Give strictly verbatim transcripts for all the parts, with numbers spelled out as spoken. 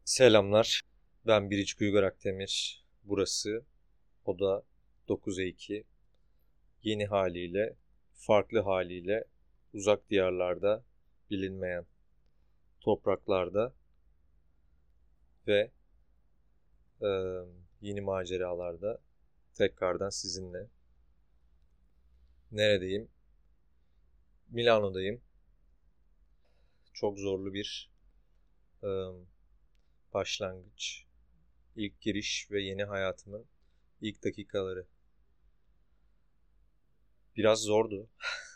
Selamlar. Ben Biriç Uygar Akdemir. Burası Oda dokuza iki. Yeni haliyle, farklı haliyle, uzak diyarlarda, bilinmeyen topraklarda ve e, yeni maceralarda tekrardan sizinle. Neredeyim? Milano'dayım. Çok zorlu bir e, başlangıç, ilk giriş ve yeni hayatımın ilk dakikaları. Biraz zordu.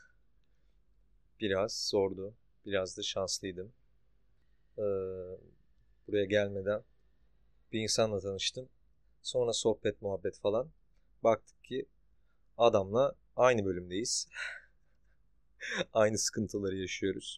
Biraz zordu. Biraz da şanslıydım. Ee, buraya gelmeden bir insanla tanıştım. Sonra sohbet muhabbet falan. Baktık ki adamla aynı bölümdeyiz. Aynı sıkıntıları yaşıyoruz.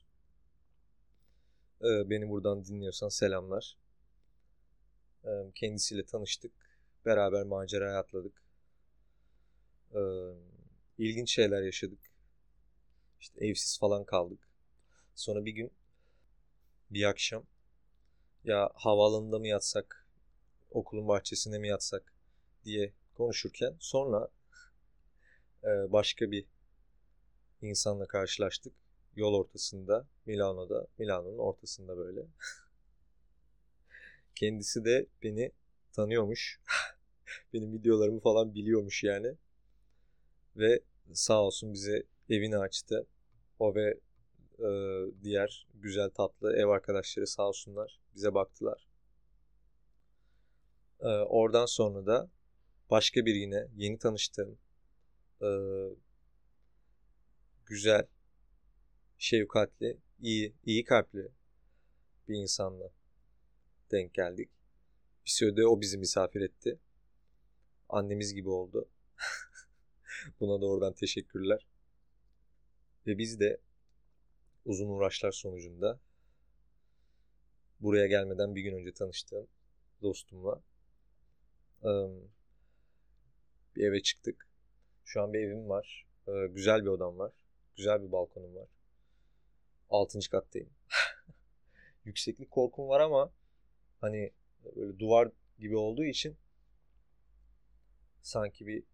Ee, beni buradan dinliyorsan selamlar. Ee, kendisiyle tanıştık. Beraber maceraya atladık. Ee, ilginç şeyler yaşadık. İşte evsiz falan kaldık. Sonra bir gün bir akşam ya havaalanında mı yatsak, okulun bahçesinde mi yatsak diye konuşurken sonra e, başka bir insanla karşılaştık. Yol ortasında, Milano'da, Milano'nun ortasında böyle. Kendisi de beni tanıyormuş. Benim videolarımı falan biliyormuş yani. Ve sağ olsun bize evini açtı. O ve e, diğer güzel tatlı ev arkadaşları sağ olsunlar. Bize baktılar. E, oradan sonra da başka bir yine yeni tanıştığım e, güzel, şefkatli, iyi, iyi kalpli bir insanla denk geldik. Bir sürede o bizi misafir etti. Annemiz gibi oldu. Buna da oradan teşekkürler. Ve biz de uzun uğraşlar sonucunda buraya gelmeden bir gün önce tanıştığım dostumla bir eve çıktık. Şu an bir evim var. Güzel bir odam var. Güzel bir balkonum var. Altıncı kattayım. Yükseklik korkum var ama hani böyle duvar gibi olduğu için sanki bir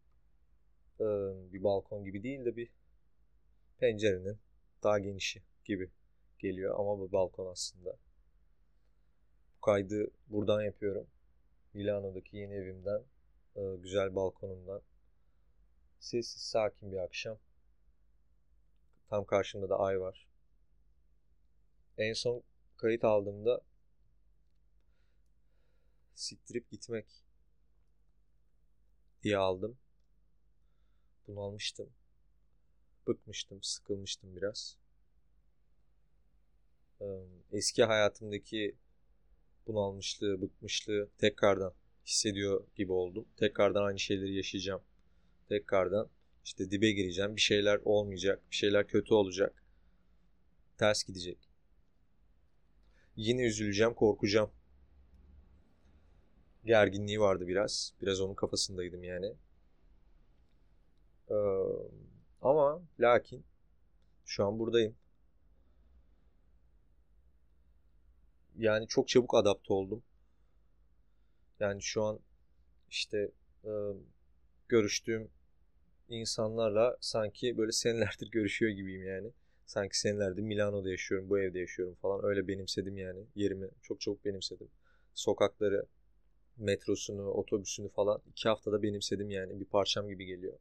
bir balkon gibi değil de bir pencerenin daha genişi gibi geliyor ama bu balkon aslında. Bu kaydı buradan yapıyorum. Milano'daki yeni evimden, güzel balkonumdan. Sessiz, sakin bir akşam. Tam karşımda da ay var. En son kayıt aldığımda siktirip gitmek diye aldım. Bunalmıştım. Bıkmıştım, sıkılmıştım biraz. Eski hayatımdaki bunalmışlığı, bıkmışlığı tekrardan hissediyor gibi oldum. Tekrardan aynı şeyleri yaşayacağım. Tekrardan işte dibe gireceğim. Bir şeyler olmayacak. Bir şeyler kötü olacak. Ters gidecek. Yine üzüleceğim, korkacağım. Gerginliği vardı biraz. Biraz onun kafasındaydım yani. Ee, ama lakin şu an buradayım. Yani çok çabuk adapte oldum. Yani şu an işte e, görüştüğüm insanlarla sanki böyle senelerdir görüşüyor gibiyim yani. Sanki senelerdir Milano'da yaşıyorum, bu evde yaşıyorum falan. Öyle benimsedim yani. Yerimi çok çabuk benimsedim. Sokakları, metrosunu, otobüsünü falan iki haftada benimsedim yani. Bir parçam gibi geliyor.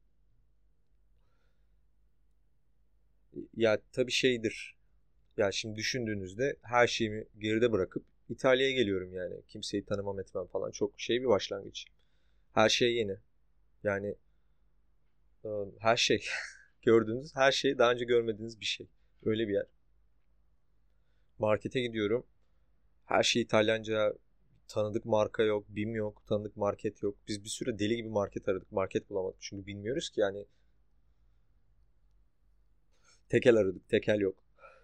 Ya tabii şeydir. Ya şimdi düşündüğünüzde her şeyimi geride bırakıp İtalya'ya geliyorum yani. Kimseyi tanımam etmem falan. Çok şey bir başlangıç. Her şey yeni. Yani her şey. Gördüğünüz her şey daha önce görmediğiniz bir şey. Öyle bir yer. Markete gidiyorum. Her şey İtalyanca. Tanıdık marka yok. BİM yok. Tanıdık market yok. Biz bir süre deli gibi market aradık. Market bulamadık. Çünkü bilmiyoruz ki yani. Tekel aradık. Tekel yok.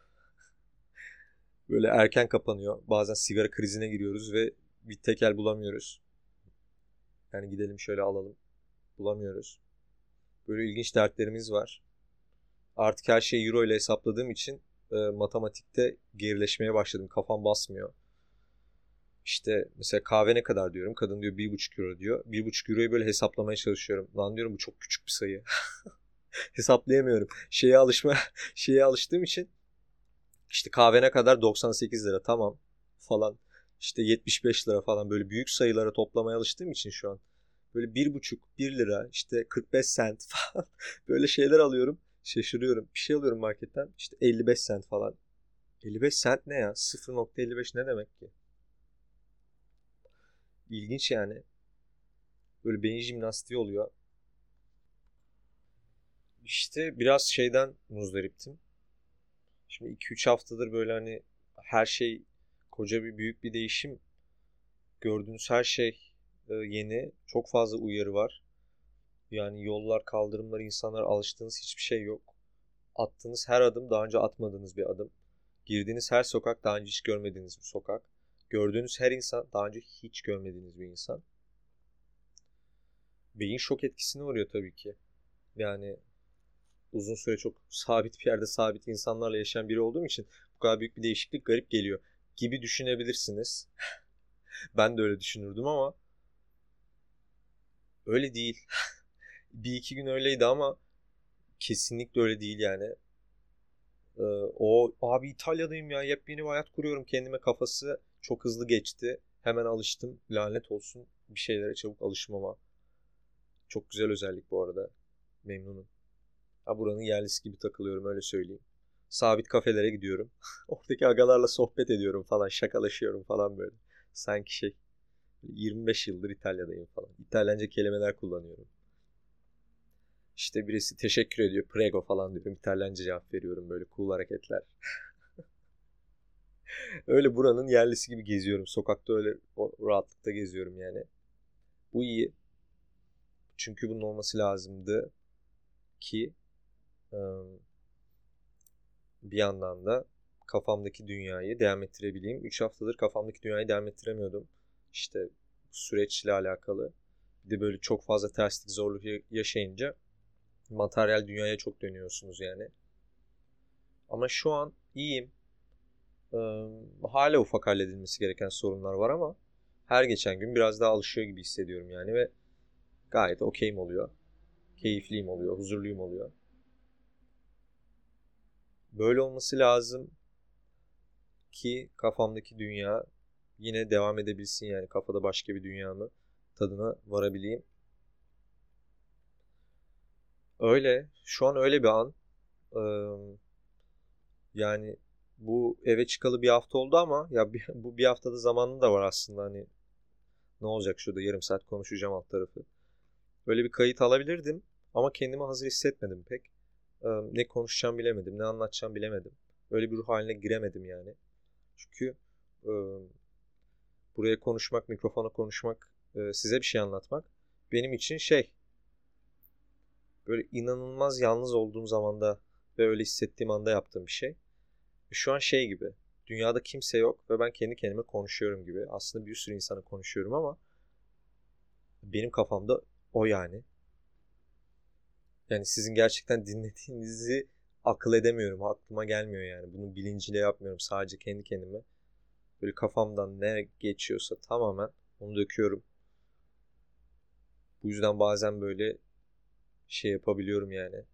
Böyle erken kapanıyor. Bazen sigara krizine giriyoruz ve bir tekel bulamıyoruz. Yani gidelim şöyle alalım. Bulamıyoruz. Böyle ilginç dertlerimiz var. Artık her şeyi euro ile hesapladığım için e, matematikte gerileşmeye başladım. Kafam basmıyor. İşte mesela kahve ne kadar diyorum. Kadın diyor bir buçuk euro diyor. Bir buçuk euroyu böyle hesaplamaya çalışıyorum. Lan diyorum bu çok küçük bir sayı. Hesaplayamıyorum. Şeye alışma, şeye alıştığım için işte kahve ne kadar doksan sekiz lira tamam falan. İşte yetmiş beş lira falan böyle büyük sayılara toplamaya alıştığım için şu an. Böyle bir buçuk, bir lira, işte kırk beş sent falan böyle şeyler alıyorum. Şaşırıyorum. Bir şey alıyorum marketten. İşte elli beş sent falan. elli beş sent ne ya? sıfır nokta elli beş ne demek ki? İlginç yani. Böyle beyin jimnastiği oluyor. İşte biraz şeyden muzdariptim. Şimdi iki üç haftadır böyle hani her şey koca bir büyük bir değişim. Gördüğünüz her şey e, yeni. Çok fazla uyarı var. Yani yollar, kaldırımlar, insanlar alıştığınız hiçbir şey yok. Attığınız her adım daha önce atmadığınız bir adım. Girdiğiniz her sokak daha önce hiç görmediğiniz bir sokak. Gördüğünüz her insan daha önce hiç görmediğiniz bir insan. Beyin şok etkisine uğruyor tabii ki. Yani uzun süre çok sabit bir yerde sabit insanlarla yaşayan biri olduğum için bu kadar büyük bir değişiklik garip geliyor gibi düşünebilirsiniz. Ben de öyle düşünürdüm ama öyle değil. Bir iki gün öyleydi ama kesinlikle öyle değil yani. Ee, o abi İtalya'dayım ya, yepyeni bir hayat kuruyorum kendime kafası çok hızlı geçti. Hemen alıştım. Lanet olsun bir şeylere çabuk alışmama. Çok güzel özellik bu arada. Memnunum. Ha, buranın yerlisi gibi takılıyorum öyle söyleyeyim. Sabit kafelere gidiyorum. Oradaki agalarla sohbet ediyorum falan. Şakalaşıyorum falan böyle. Sanki şey yirmi beş yıldır İtalya'dayım falan. İtalyanca kelimeler kullanıyorum. İşte birisi teşekkür ediyor. Prego falan diyorum. İtalyanca cevap veriyorum böyle cool hareketler. Öyle buranın yerlisi gibi geziyorum. Sokakta öyle o rahatlıkta geziyorum yani. Bu iyi. Çünkü bunun olması lazımdı ki bir yandan da kafamdaki dünyayı devam ettirebileyim. üç haftadır kafamdaki dünyayı devam ettiremiyordum. İşte süreçle alakalı. Bir de böyle çok fazla terslik, zorluk yaşayınca materyal dünyaya çok dönüyorsunuz yani. Ama şu an iyiyim. Ee, hala ufak halledilmesi gereken sorunlar var ama her geçen gün biraz daha alışıyor gibi hissediyorum yani ve gayet okeyim oluyor. Keyifliyim oluyor, huzurluyum oluyor. Böyle olması lazım ki kafamdaki dünya yine devam edebilsin yani kafada başka bir dünyamı tadına varabileyim. Öyle. Şu an öyle bir an. Ee, yani bu eve çıkalı bir hafta oldu ama ya bir, bu bir haftada zamanı da var aslında hani ne olacak şurada yarım saat konuşacağım alt tarafı. Böyle bir kayıt alabilirdim ama kendimi hazır hissetmedim pek. Ee, ne konuşacağım bilemedim, ne anlatacağım bilemedim. Öyle bir ruh haline giremedim yani. Çünkü e, buraya konuşmak, mikrofona konuşmak, e, size bir şey anlatmak benim için şey böyle inanılmaz yalnız olduğum zamanda ve öyle hissettiğim anda yaptığım bir şey. Ve şu an şey gibi dünyada kimse yok ve ben kendi kendime konuşuyorum gibi. Aslında bir sürü insana konuşuyorum ama benim kafamda o yani. Yani sizin gerçekten dinlediğinizi akıl edemiyorum. Aklıma gelmiyor yani. Bunu bilinciyle yapmıyorum. Sadece kendi kendime. Böyle kafamdan ne geçiyorsa tamamen onu döküyorum. Bu yüzden bazen böyle şey yapabiliyorum yani.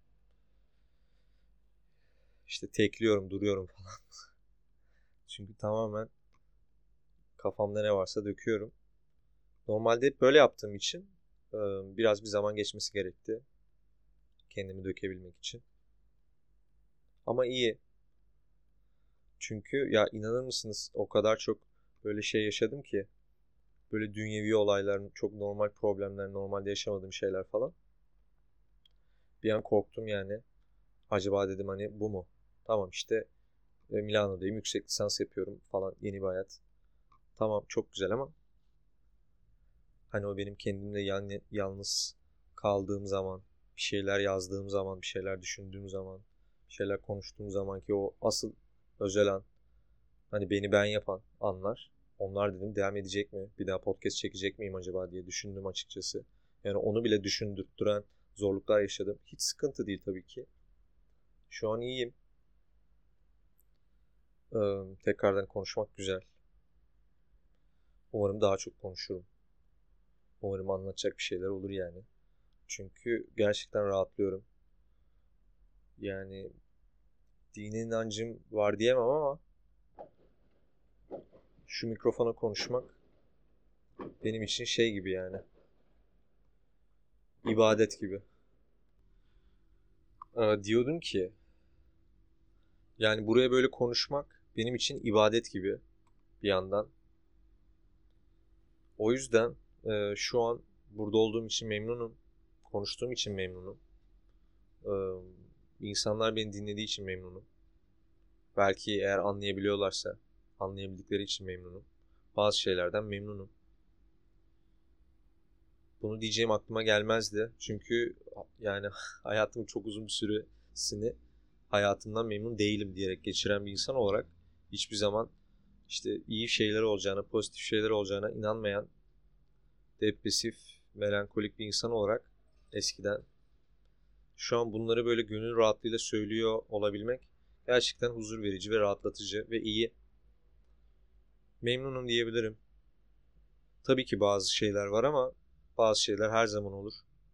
İşte tekliyorum, duruyorum falan. Çünkü tamamen kafamda ne varsa döküyorum. Normalde hep böyle yaptığım için e, biraz bir zaman geçmesi gerekti. Kendimi dökebilmek için. Ama iyi. Çünkü ya inanır mısınız o kadar çok böyle şey yaşadım ki. Böyle dünyevi olaylar, çok normal problemler, normalde yaşamadığım şeyler falan. Bir an korktum yani. Acaba dedim hani bu mu? Tamam işte e, Milano'dayım, yüksek lisans yapıyorum falan, yeni bir hayat. Tamam çok güzel ama hani o benim kendimle yan, yalnız kaldığım zaman, bir şeyler yazdığım zaman, bir şeyler düşündüğüm zaman, bir şeyler konuştuğum zaman ki o asıl özel an, hani beni ben yapan anlar. Onlar dedim devam edecek mi? Bir daha podcast çekecek miyim acaba diye düşündüm açıkçası. Yani onu bile düşündürttüren zorluklar yaşadım. Hiç sıkıntı değil tabii ki. Şu an iyiyim. Ee, tekrardan konuşmak güzel. Umarım daha çok konuşurum. Umarım anlatacak bir şeyler olur yani. Çünkü gerçekten rahatlıyorum. Yani dini inancım var diyemem ama şu mikrofona konuşmak benim için şey gibi yani. İbadet gibi. Ee, diyordum ki yani buraya böyle konuşmak benim için ibadet gibi bir yandan. O yüzden e, şu an burada olduğum için memnunum. Konuştuğum için memnunum. Ee, insanlar beni dinlediği için memnunum. Belki eğer anlayabiliyorlarsa anlayabildikleri için memnunum. Bazı şeylerden memnunum. Bunu diyeceğim aklıma gelmezdi. Çünkü yani hayatımın çok uzun bir süresini hayatımdan memnun değilim diyerek geçiren bir insan olarak hiçbir zaman işte iyi şeyler olacağına, pozitif şeyler olacağına inanmayan, depresif, melankolik bir insan olarak eskiden şu an bunları böyle gönül rahatlığıyla söylüyor olabilmek gerçekten huzur verici ve rahatlatıcı ve iyi. Memnunum diyebilirim. Tabii ki bazı şeyler var ama bazı şeyler her zaman olur.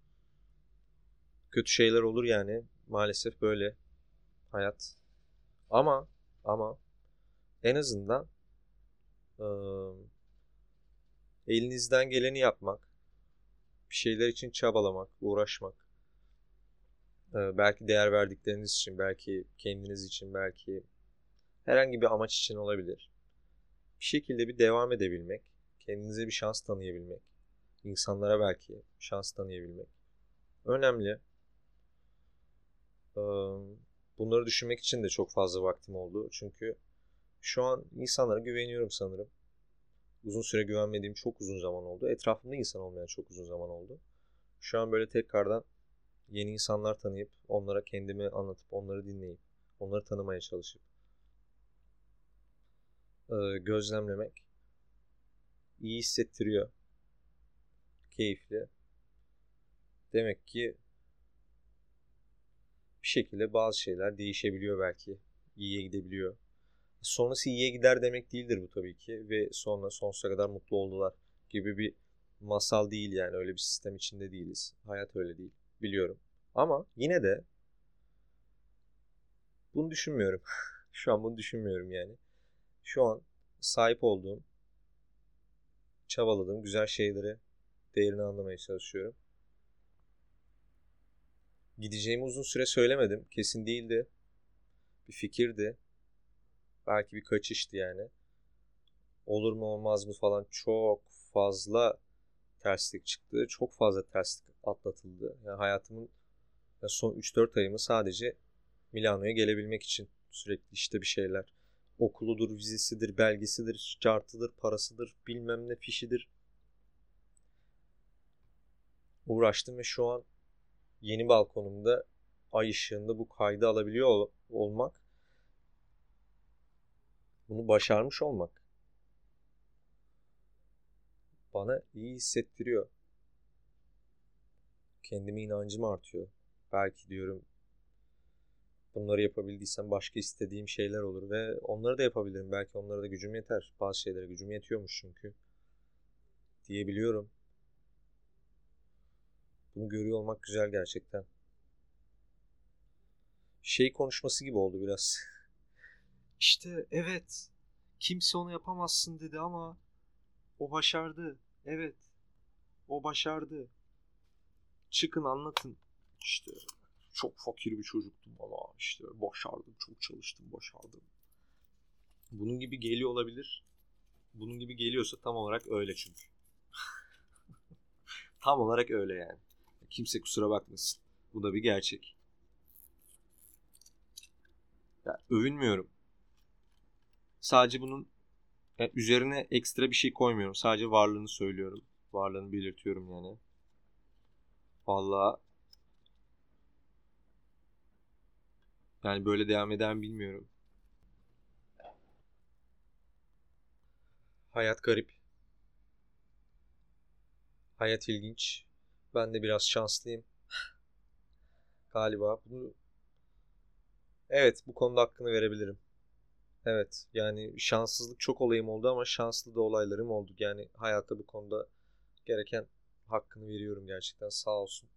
Kötü şeyler olur yani. Maalesef böyle hayat. Ama ama en azından ıı, elinizden geleni yapmak, bir şeyler için çabalamak, uğraşmak. Ee, belki değer verdikleriniz için, belki kendiniz için, belki herhangi bir amaç için olabilir. Bir şekilde bir devam edebilmek, kendinize bir şans tanıyabilmek, insanlara belki şans tanıyabilmek önemli. Ee, bunları düşünmek için de çok fazla vaktim oldu. Çünkü şu an insanlara güveniyorum sanırım. Uzun süre güvenmediğim çok uzun zaman oldu. Etrafımda insan olmayan çok uzun zaman oldu. Şu an böyle tekrardan yeni insanlar tanıyıp, onlara kendimi anlatıp, onları dinleyip, onları tanımaya çalışıp, e, gözlemlemek iyi hissettiriyor. Keyifli. Demek ki bir şekilde bazı şeyler değişebiliyor belki. İyiye gidebiliyor. Sonrası iyiye gider demek değildir bu tabii ki. Ve sonra sonsuza kadar mutlu oldular gibi bir masal değil yani. Öyle bir sistem içinde değiliz. Hayat öyle değil. Biliyorum. Ama yine de bunu düşünmüyorum. Şu an bunu düşünmüyorum yani. Şu an sahip olduğum, çabaladığım güzel şeyleri değerini anlamaya çalışıyorum. Gideceğimi uzun süre söylemedim. Kesin değildi. Bir fikirdi. Belki bir kaçıştı yani. Olur mu olmaz mı falan çok fazla terslik çıktı. Çok fazla terslik atlatıldı. Yani hayatımın son üç dört ayımı sadece Milano'ya gelebilmek için sürekli işte bir şeyler. Okuludur, vizesidir, belgesidir, cartıdır, parasıdır, bilmem ne fişidir. Uğraştım ve şu an yeni balkonumda ay ışığında bu kaydı alabiliyor olmak, bunu başarmış olmak bana iyi hissettiriyor. Kendime inancım artıyor. Belki diyorum bunları yapabildiysem başka istediğim şeyler olur ve onları da yapabilirim. Belki onlara da gücüm yeter. Bazı şeylere gücüm yetiyormuş çünkü diyebiliyorum. Bunu görüyor olmak güzel gerçekten. Şey konuşması gibi oldu biraz. İşte evet, kimse onu yapamazsın dedi ama o başardı. Evet, o başardı. Çıkın anlatın. İşte çok fakir bir çocuktum ama işte başardım, çok çalıştım, başardım. Bunun gibi geliyor olabilir. Bunun gibi geliyorsa tam olarak öyle çünkü. Tam olarak öyle yani. Kimse kusura bakmasın. Bu da bir gerçek. Ya, övünmüyorum. Sadece bunun yani üzerine ekstra bir şey koymuyorum. Sadece varlığını söylüyorum. Varlığını belirtiyorum yani. Vallahi yani böyle devam eder mi bilmiyorum. Hayat garip. Hayat ilginç. Ben de biraz şanslıyım galiba. Bunu evet bu konuda hakkını verebilirim. Evet, yani şanssızlık çok olayım oldu ama şanslı da olaylarım oldu. Yani hayatta bu konuda gereken hakkını veriyorum gerçekten, sağ olsun.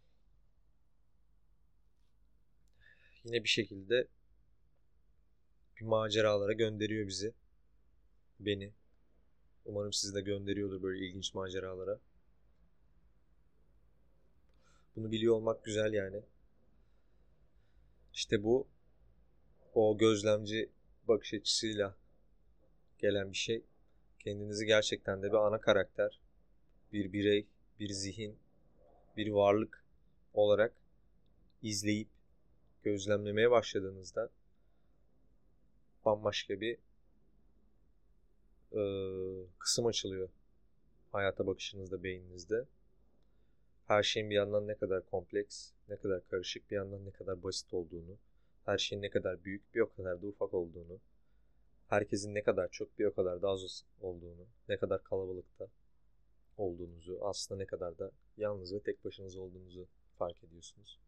Yine bir şekilde bir maceralara gönderiyor bizi, beni. Umarım sizi de gönderiyordur böyle ilginç maceralara. Bunu biliyor olmak güzel yani. İşte bu o gözlemci bakış açısıyla gelen bir şey. Kendinizi gerçekten de bir ana karakter, bir birey, bir zihin, bir varlık olarak izleyip gözlemlemeye başladığınızda bambaşka bir e, kısım açılıyor hayata bakışınızda, beyninizde. Her şeyin bir yandan ne kadar kompleks, ne kadar karışık, bir yandan ne kadar basit olduğunu, her şeyin ne kadar büyük, bir o kadar da ufak olduğunu, herkesin ne kadar çok, bir o kadar da az olduğunu, ne kadar kalabalıkta olduğunuzu, aslında ne kadar da yalnız ve tek başınıza olduğunuzu fark ediyorsunuz.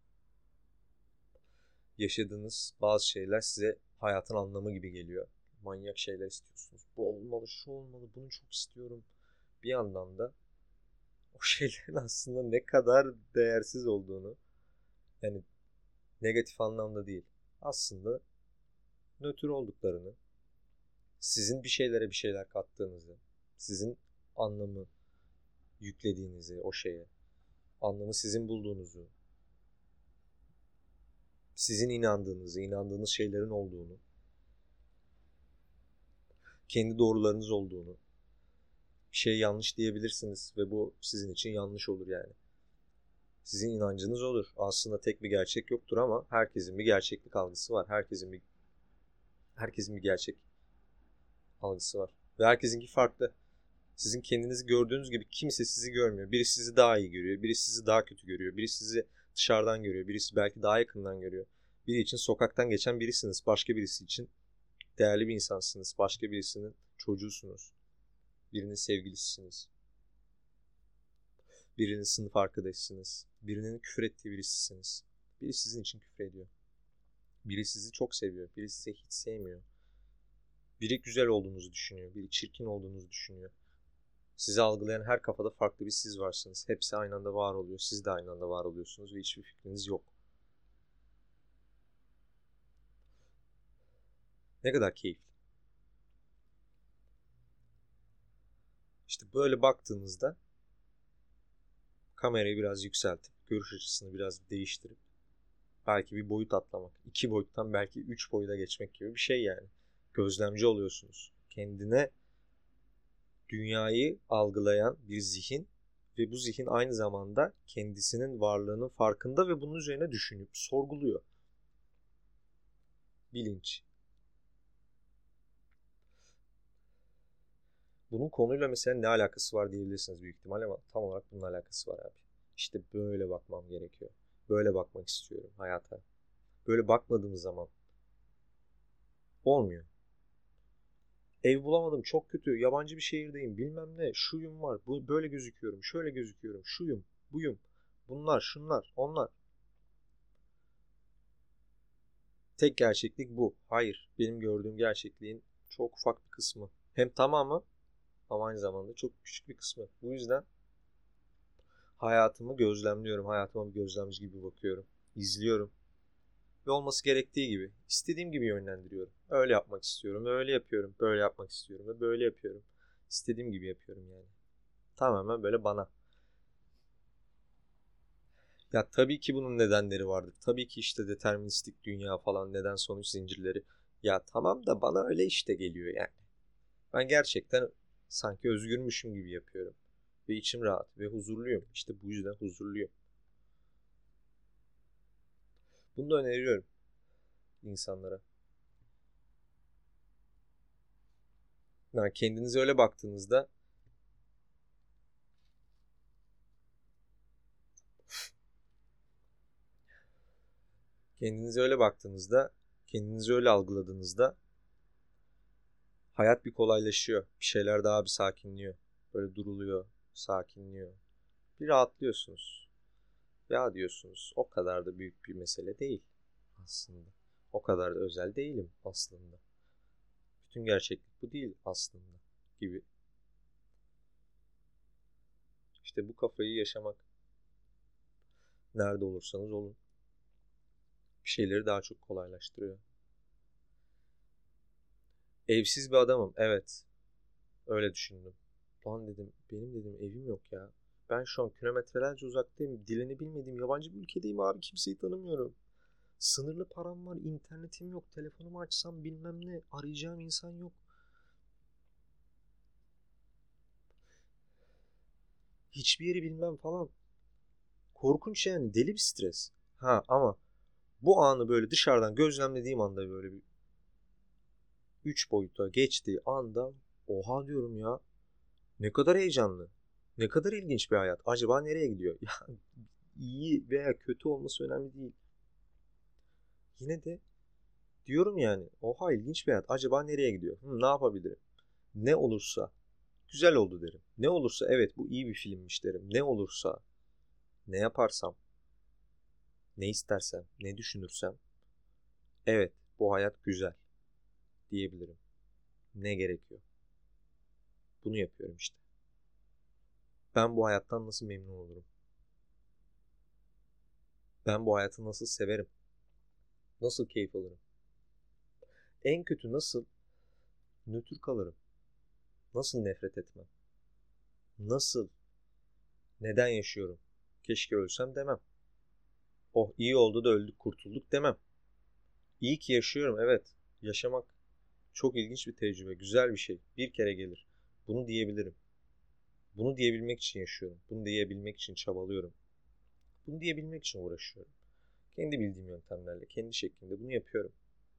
Yaşadığınız bazı şeyler size hayatın anlamı gibi geliyor. Manyak şeyler istiyorsunuz. Bu olmalı, şu olmalı, bunu çok istiyorum. Bir yandan da o şeylerin aslında ne kadar değersiz olduğunu, yani negatif anlamda değil, aslında nötr olduklarını, sizin bir şeylere bir şeyler kattığınızı, sizin anlamı yüklediğinizi o şeye, anlamı sizin bulduğunuzu, sizin inandığınızı, inandığınız şeylerin olduğunu, kendi doğrularınız olduğunu, bir şey yanlış diyebilirsiniz ve bu sizin için yanlış olur yani. Sizin inancınız olur. Aslında tek bir gerçek yoktur ama herkesin bir gerçeklik algısı var. Herkesin bir herkesin bir gerçek algısı var. Ve herkesinki farklı. Sizin kendinizi gördüğünüz gibi kimse sizi görmüyor. Biri sizi daha iyi görüyor, biri sizi daha kötü görüyor, biri sizi dışarıdan görüyor, birisi belki daha yakından görüyor. Biri için sokaktan geçen birisiniz, başka birisi için değerli bir insansınız, başka birisinin çocuğusunuz, birinin sevgilisisiniz, birinin sınıf arkadaşısınız, birinin küfür ettiği birisisiniz. Biri sizin için küfür ediyor. Biri sizi çok seviyor, biri sizi hiç sevmiyor. Biri güzel olduğunuzu düşünüyor, biri çirkin olduğunuzu düşünüyor. Sizi algılayan her kafada farklı bir siz varsınız. Hepsi aynı anda var oluyor. Siz de aynı anda var oluyorsunuz ve hiçbir fikriniz yok. Ne kadar keyifli. İşte böyle baktığınızda kamerayı biraz yükseltip, görüş açısını biraz değiştirip belki bir boyut atlamak, iki boyuttan belki üç boyuta geçmek gibi bir şey yani. Gözlemci oluyorsunuz. Kendine dünyayı algılayan bir zihin ve bu zihin aynı zamanda kendisinin varlığının farkında ve bunun üzerine düşünüp sorguluyor. Bilinç. Bunun konuyla mesela ne alakası var diyebilirsiniz büyük ihtimalle ama tam olarak bunun alakası var abi. İşte böyle bakmam gerekiyor. Böyle bakmak istiyorum hayata. Böyle bakmadığımız zaman olmuyor. Ev bulamadım, çok kötü, yabancı bir şehirdeyim, bilmem ne, şuyum var, bu, böyle gözüküyorum, şöyle gözüküyorum, şuyum, buyum, bunlar, şunlar, onlar. Tek gerçeklik bu. Hayır, benim gördüğüm gerçekliğin çok ufak bir kısmı. Hem tamamı ama aynı zamanda çok küçük bir kısmı. Bu yüzden hayatımı gözlemliyorum, hayatıma bir gözlemci gibi bakıyorum, izliyorum. Ve olması gerektiği gibi, istediğim gibi yönlendiriyorum. Öyle yapmak istiyorum ve öyle yapıyorum, böyle yapmak istiyorum ve böyle yapıyorum. İstediğim gibi yapıyorum yani. Tamamen böyle bana. Ya tabii ki bunun nedenleri vardır. Tabii ki işte deterministik dünya falan, neden sonuç zincirleri. Ya tamam da bana öyle işte geliyor yani. Ben gerçekten sanki özgürmüşüm gibi yapıyorum. Ve içim rahat ve huzurluyum. İşte bu yüzden huzurluyum. Bunu da öneriyorum insanlara. Yani kendinize öyle baktığınızda kendinize öyle baktığınızda, kendinizi öyle algıladığınızda hayat bir kolaylaşıyor. Bir şeyler daha bir sakinliyor. Böyle duruluyor, sakinliyor. Bir rahatlıyorsunuz. Ya diyorsunuz, o kadar da büyük bir mesele değil aslında. O kadar da özel değilim aslında. Bütün gerçeklik bu değil aslında gibi. İşte bu kafayı yaşamak. Nerede olursanız olun. Bir şeyleri daha çok kolaylaştırıyor. Evsiz bir adamım. Evet. Öyle düşündüm. Lan dedim, benim dedim evim yok ya. Ben şu an kilometrelerce uzaktayım. Dilini bilmediğim yabancı bir ülkedeyim abi. Kimseyi tanımıyorum. Sınırlı param var. İnternetim yok. Telefonumu açsam bilmem ne. Arayacağım insan yok. Hiçbir yeri bilmem falan. Korkunç yani. Deli bir stres. Ha ama bu anı böyle dışarıdan gözlemlediğim anda böyle bir üç boyuta geçtiği anda oha diyorum ya. Ne kadar heyecanlı. Ne kadar ilginç bir hayat. Acaba nereye gidiyor? Ya iyi veya kötü olması önemli değil. Yine de diyorum yani oha ilginç bir hayat. Acaba nereye gidiyor? Hı, ne yapabilirim? Ne olursa güzel oldu derim. Ne olursa evet bu iyi bir filmmiş derim. Ne olursa ne yaparsam ne istersem ne düşünürsem evet bu hayat güzel diyebilirim. Ne gerekiyor? Bunu yapıyorum işte. Ben bu hayattan nasıl memnun olurum? Ben bu hayatı nasıl severim? Nasıl keyif alırım? En kötü nasıl nötr kalırım? Nasıl nefret etmem? Nasıl? Neden yaşıyorum? Keşke ölsem demem. Oh iyi oldu da öldük kurtulduk demem. İyi ki yaşıyorum evet. Yaşamak çok ilginç bir tecrübe. Güzel bir şey. Bir kere gelir. Bunu diyebilirim. Bunu diyebilmek için yaşıyorum. Bunu diyebilmek için çabalıyorum. Bunu diyebilmek için uğraşıyorum. Kendi bildiğim yöntemlerle, kendi şeklimde bunu yapıyorum.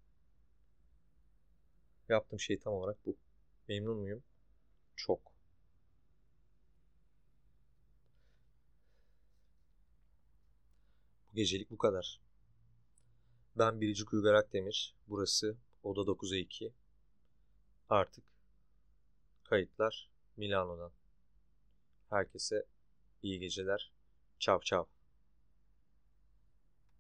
Yaptığım şey tam olarak bu. Memnun muyum? Çok. Bu gecelik bu kadar. Ben Biricik Uygar Akdemir. Burası Oda dokuza iki. Artık kayıtlar Milano'dan. Herkese iyi geceler. Çav çav.